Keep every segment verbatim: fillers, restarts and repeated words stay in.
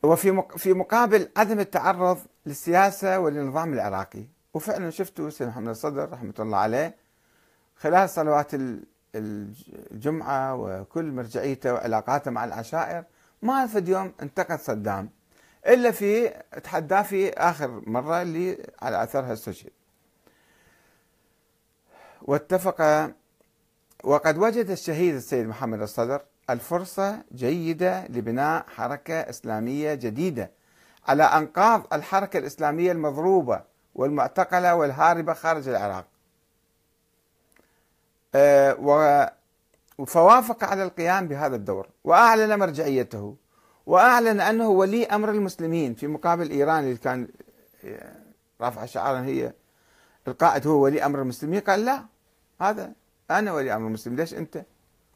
وفي مق- في مقابل عدم التعرض للسياسة وللنظام العراقي. وفعلا شفتوا سيد محمد الصدر رحمة الله عليه خلال صلوات ال- الجمعة وكل مرجعيته وعلاقاته مع العشائر ما في يوم انتقد صدام إلا في تحداه في آخر مرة اللي على أثرها استشهد. واتفق. وقد وجد الشهيد السيد محمد الصدر الفرصة جيدة لبناء حركة إسلامية جديدة على أنقاض الحركة الإسلامية المضروبة والمعتقلة والهاربة خارج العراق. أه و- فوافق على القيام بهذا الدور وأعلن مرجعيته وأعلن أنه ولي أمر المسلمين في مقابل إيران اللي كان آه، رافع شعارا هي القائد هو ولي أمر المسلمين. قال لا، هذا أنا ولي أمر المسلمين، ليش أنت؟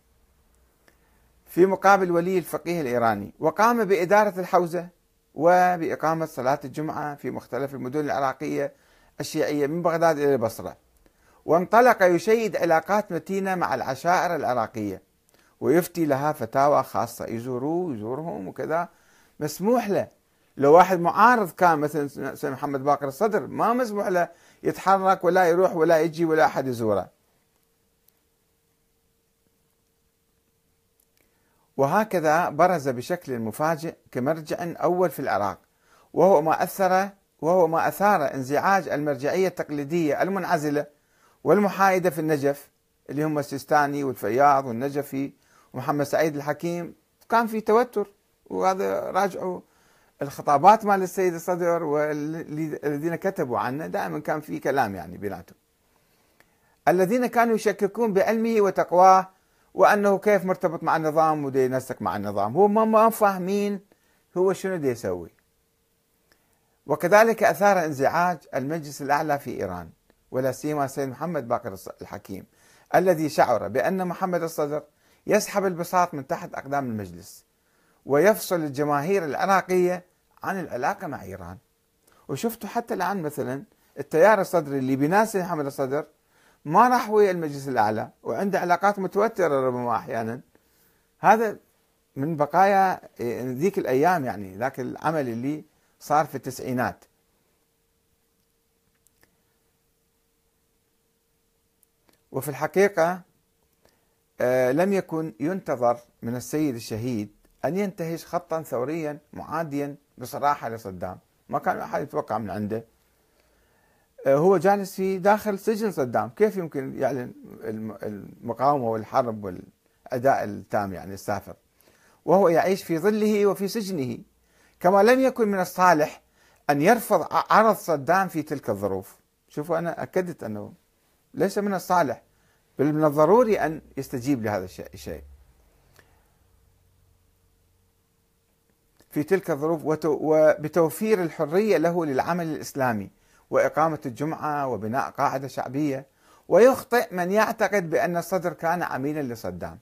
في مقابل ولي الفقيه الإيراني. وقام بإدارة الحوزة وبإقامة صلاة الجمعة في مختلف المدن العراقية الشيعية من بغداد إلى البصرة. وانطلق يشيد علاقات متينة مع العشائر العراقية ويفتي لها فتاوى خاصة، يزوروه يزورهم وكذا، مسموح له. لو واحد معارض كان مثلا سيد محمد باقر الصدر ما مسموح له يتحرك ولا يروح ولا يجي ولا أحد يزوره. وهكذا برز بشكل مفاجئ كمرجع أول في العراق، وهو ما أثر وهو ما أثار انزعاج المرجعية التقليدية المنعزلة والمحايدة في النجف اللي هم السيستاني والفياض والنجفي ومحمد سعيد الحكيم. كان في توتر، وهذا راجعوا الخطابات مال السيد الصدر والذين كتبوا عنه، دائما كان في كلام يعني بيناتهم، الذين كانوا يشككون بعلمه وتقواه وأنه كيف مرتبط مع النظام ودي ينسق مع النظام، هو ما ما فاهمين هو شنو دي يسوي. وكذلك أثار انزعاج المجلس الأعلى في إيران ولا سيما السيد محمد باقر الحكيم الذي شعر بأن محمد الصدر يسحب البساط من تحت أقدام المجلس ويفصل الجماهير العراقية عن العلاقة مع إيران. وشفتوا حتى الآن مثلا التيار الصدري اللي بيناسب محمد الصدر ما راح ويا المجلس الأعلى وعنده علاقات متوترة ربما أحيانا. هذا من بقايا ذيك الأيام، يعني ذاك العمل اللي صار في التسعينات. وفي الحقيقة آه لم يكن ينتظر من السيد الشهيد أن ينتهج خطا ثوريا معاديا بصراحة لصدام، ما كان أحد يتوقع من عنده. آه هو جالس في داخل سجن صدام، كيف يمكن يعلن المقاومة والحرب والأداء التام يعني السافر وهو يعيش في ظله وفي سجنه؟ كما لم يكن من الصالح أن يرفض عرض صدام في تلك الظروف. شوفوا أنا أكدت أنه ليس من الصالح بل من الضروري أن يستجيب لهذا الشيء في تلك الظروف، وبتوفير الحرية له للعمل الإسلامي وإقامة الجمعة وبناء قاعدة شعبية. ويخطئ من يعتقد بأن الصدر كان عميلا لصدام،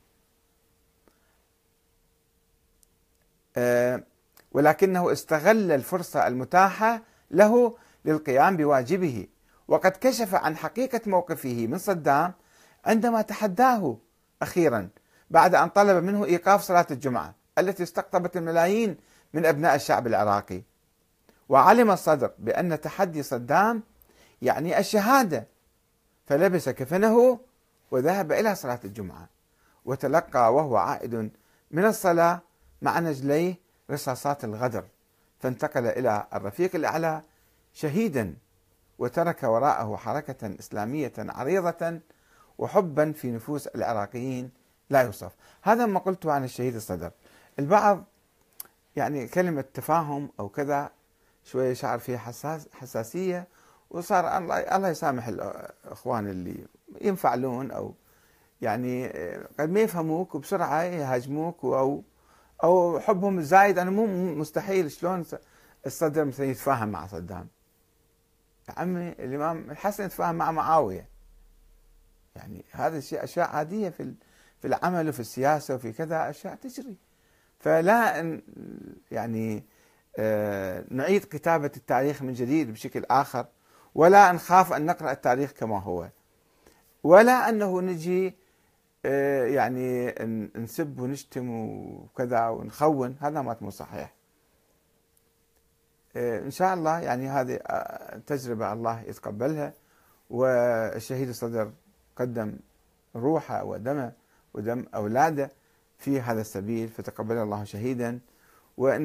أه ولكنه استغل الفرصة المتاحة له للقيام بواجبه. وقد كشف عن حقيقة موقفه من صدام عندما تحداه أخيرا بعد أن طلب منه إيقاف صلاة الجمعة التي استقطبت الملايين من أبناء الشعب العراقي. وعلم الصدر بأن تحدي صدام يعني الشهادة، فلبس كفنه وذهب إلى صلاة الجمعة، وتلقى وهو عائد من الصلاة مع نجليه رصاصات الغدر، فانتقل إلى الرفيق الأعلى شهيدا، وترك وراءه حركة إسلامية عريضة وحبا في نفوس العراقيين لا يوصف. هذا ما قلته عن الشهيد الصدر. البعض يعني كلمة تفاهم أو كذا شوية شعر فيها حساس حساسية، وصار الله الله يسامح الإخوان اللي ينفعلون أو يعني قد ما يفهموك وبسرعة يهاجموك، أو أو حبهم الزايد. أنا مو مستحيل شلون الصدر مثلا يتفاهم مع صدام. يا عمي الإمام الحسن يتفاهم مع معاوية، يعني هذا الشيء أشياء عادية في في العمل وفي السياسة وفي كذا أشياء تجري. فلا أن يعني نعيد كتابة التاريخ من جديد بشكل آخر، ولا نخاف أن نقرأ التاريخ كما هو، ولا أنه نجي يعني نسب ونشتم وكذا ونخون. هذا ما مو صحيح. إن شاء الله يعني هذه تجربة الله يتقبلها، والشهيد الصدر قدم روحه ودمه ودم أولاده في هذا السبيل، فتقبل الله شهيدا. وإن